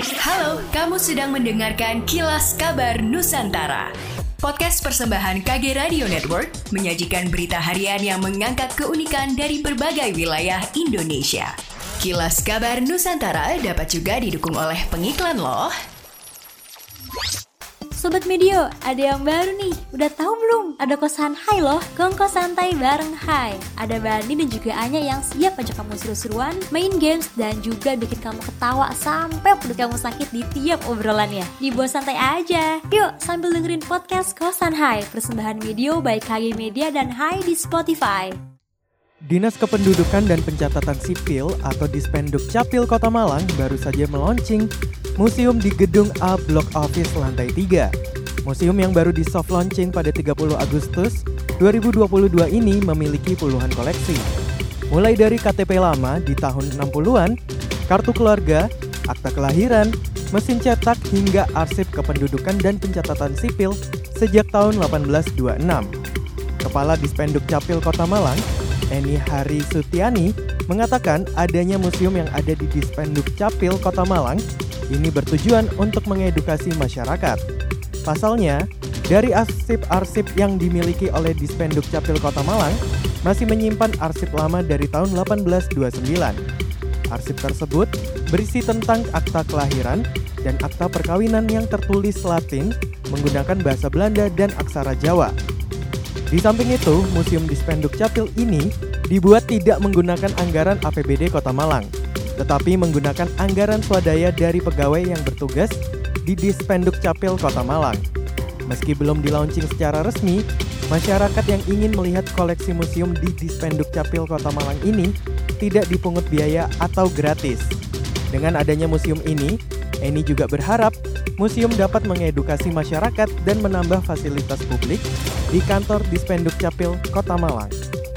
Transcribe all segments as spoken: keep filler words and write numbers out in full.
Halo, kamu sedang mendengarkan Kilas Kabar Nusantara. Podcast persembahan K G Radio Network menyajikan berita harian yang mengangkat keunikan dari berbagai wilayah Indonesia. Kilas Kabar Nusantara dapat juga didukung oleh pengiklan loh. Sobat Medio, ada yang baru nih. Udah tahu belum? Ada kosan Hai loh, kongkos santai bareng Hai. Ada Bani dan juga Anya yang siap ajak kamu seru-seruan, main games, dan juga bikin kamu ketawa sampai perut kamu sakit di tiap obrolannya. Dibawa santai aja. Yuk, sambil dengerin podcast Kosan Hai, persembahan Medio by K G Media dan Hai di Spotify. Dinas Kependudukan dan Pencatatan Sipil atau Dispenduk Capil Kota Malang baru saja meluncing museum di Gedung A Blok Office lantai tiga. Museum yang baru di soft launching pada tiga puluh Agustus dua ribu dua puluh dua ini memiliki puluhan koleksi. Mulai dari K T P lama di tahun enam puluhan, kartu keluarga, akta kelahiran, mesin cetak hingga arsip kependudukan dan pencatatan sipil sejak tahun delapan belas dua puluh enam. Kepala Dispenduk Capil Kota Malang, Eni Hari Sutiani, mengatakan adanya museum yang ada di Dispenduk Capil Kota Malang ini bertujuan untuk mengedukasi masyarakat. Pasalnya, dari arsip-arsip yang dimiliki oleh Dispenduk Capil Kota Malang masih menyimpan arsip lama dari tahun delapan belas dua puluh sembilan. Arsip tersebut berisi tentang akta kelahiran dan akta perkawinan yang tertulis Latin menggunakan bahasa Belanda dan aksara Jawa. Di samping itu, Museum Dispenduk Capil ini dibuat tidak menggunakan anggaran A P B D Kota Malang, tetapi menggunakan anggaran swadaya dari pegawai yang bertugas di Dispenduk Capil Kota Malang. Meski belum di-launching secara resmi, masyarakat yang ingin melihat koleksi museum di Dispenduk Capil Kota Malang ini tidak dipungut biaya atau gratis. Dengan adanya museum ini, Eni juga berharap museum dapat mengedukasi masyarakat dan menambah fasilitas publik di kantor Dispenduk Capil Kota Malang.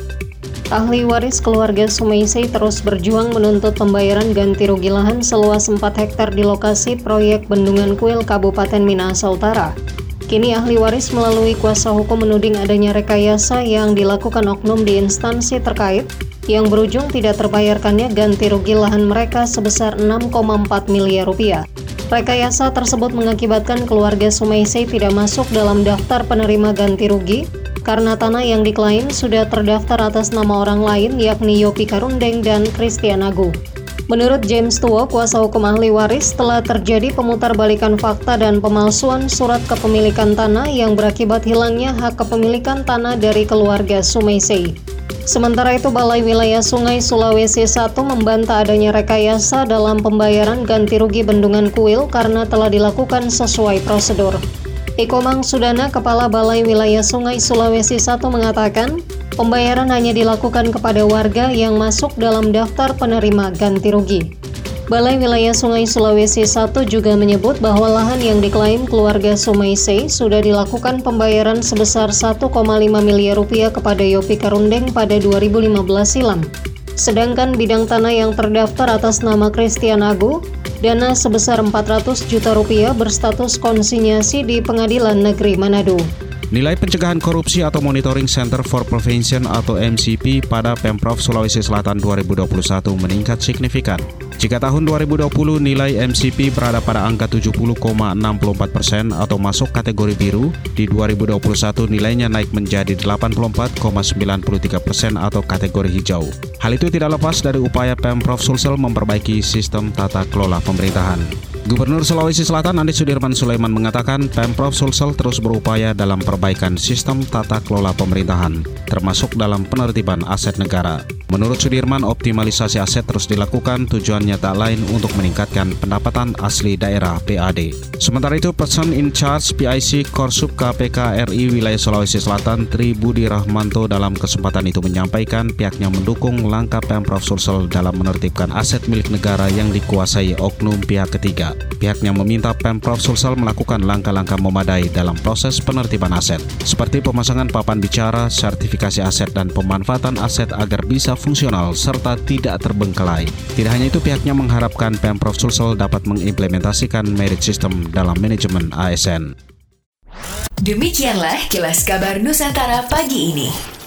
Ahli waris keluarga Sumaisei terus berjuang menuntut pembayaran ganti rugi lahan seluas empat hektar di lokasi proyek Bendungan Kuil Kabupaten Minahasa Utara. Kini ahli waris melalui kuasa hukum menuding adanya rekayasa yang dilakukan oknum di instansi terkait yang berujung tidak terbayarkannya ganti rugi lahan mereka sebesar enam koma empat miliar rupiah. Rekayasa tersebut mengakibatkan keluarga Sumaisei tidak masuk dalam daftar penerima ganti rugi karena tanah yang diklaim sudah terdaftar atas nama orang lain yakni Yopi Karundeng dan Christian Agu. Menurut James Tuo, kuasa hukum ahli waris, telah terjadi pemutarbalikan fakta dan pemalsuan surat kepemilikan tanah yang berakibat hilangnya hak kepemilikan tanah dari keluarga Sumaisei. Sementara itu, Balai Wilayah Sungai Sulawesi satu membantah adanya rekayasa dalam pembayaran ganti rugi Bendungan Kuil karena telah dilakukan sesuai prosedur. Ikomang Sudana, Kepala Balai Wilayah Sungai Sulawesi satu mengatakan, pembayaran hanya dilakukan kepada warga yang masuk dalam daftar penerima ganti rugi. Balai Wilayah Sungai Sulawesi satu juga menyebut bahwa lahan yang diklaim keluarga Sumaisei sudah dilakukan pembayaran sebesar satu koma lima miliar rupiah kepada Yopi Karundeng pada dua ribu lima belas silam. Sedangkan bidang tanah yang terdaftar atas nama Christian Agu, dana sebesar empat ratus juta rupiah berstatus konsinyasi di Pengadilan Negeri Manado. Nilai pencegahan korupsi atau Monitoring Center for Prevention atau M C P pada Pemprov Sulawesi Selatan dua ribu dua puluh satu meningkat signifikan. Jika tahun dua ribu dua puluh nilai M C P berada pada angka tujuh puluh koma enam empat persen atau masuk kategori biru, di dua ribu dua puluh satu nilainya naik menjadi delapan puluh empat koma sembilan tiga persen atau kategori hijau. Hal itu tidak lepas dari upaya Pemprov Sulsel memperbaiki sistem tata kelola pemerintahan. Gubernur Sulawesi Selatan Andi Sudirman Sulaiman mengatakan Pemprov Sulsel terus berupaya dalam perbaikan sistem tata kelola pemerintahan, termasuk dalam penertiban aset negara. Menurut Sudirman, optimalisasi aset terus dilakukan, tujuannya tak lain untuk meningkatkan pendapatan asli daerah P A D. Sementara itu, Person in Charge P I C Korsub K P K R I Wilayah Sulawesi Selatan Tri Budi Rahmanto dalam kesempatan itu menyampaikan pihaknya mendukung langkah Pemprov Sulsel dalam menertibkan aset milik negara yang dikuasai oknum pihak ketiga. Pihaknya meminta Pemprov Sulsel melakukan langkah-langkah memadai dalam proses penertiban aset, seperti pemasangan papan bicara, sertifikasi aset, dan pemanfaatan aset agar bisa fungsional serta tidak terbengkelai. Tidak hanya itu, pihaknya mengharapkan Pemprov Sulsel dapat mengimplementasikan merit system dalam manajemen A S N. Demikianlah Kilas Kabar Nusantara pagi ini.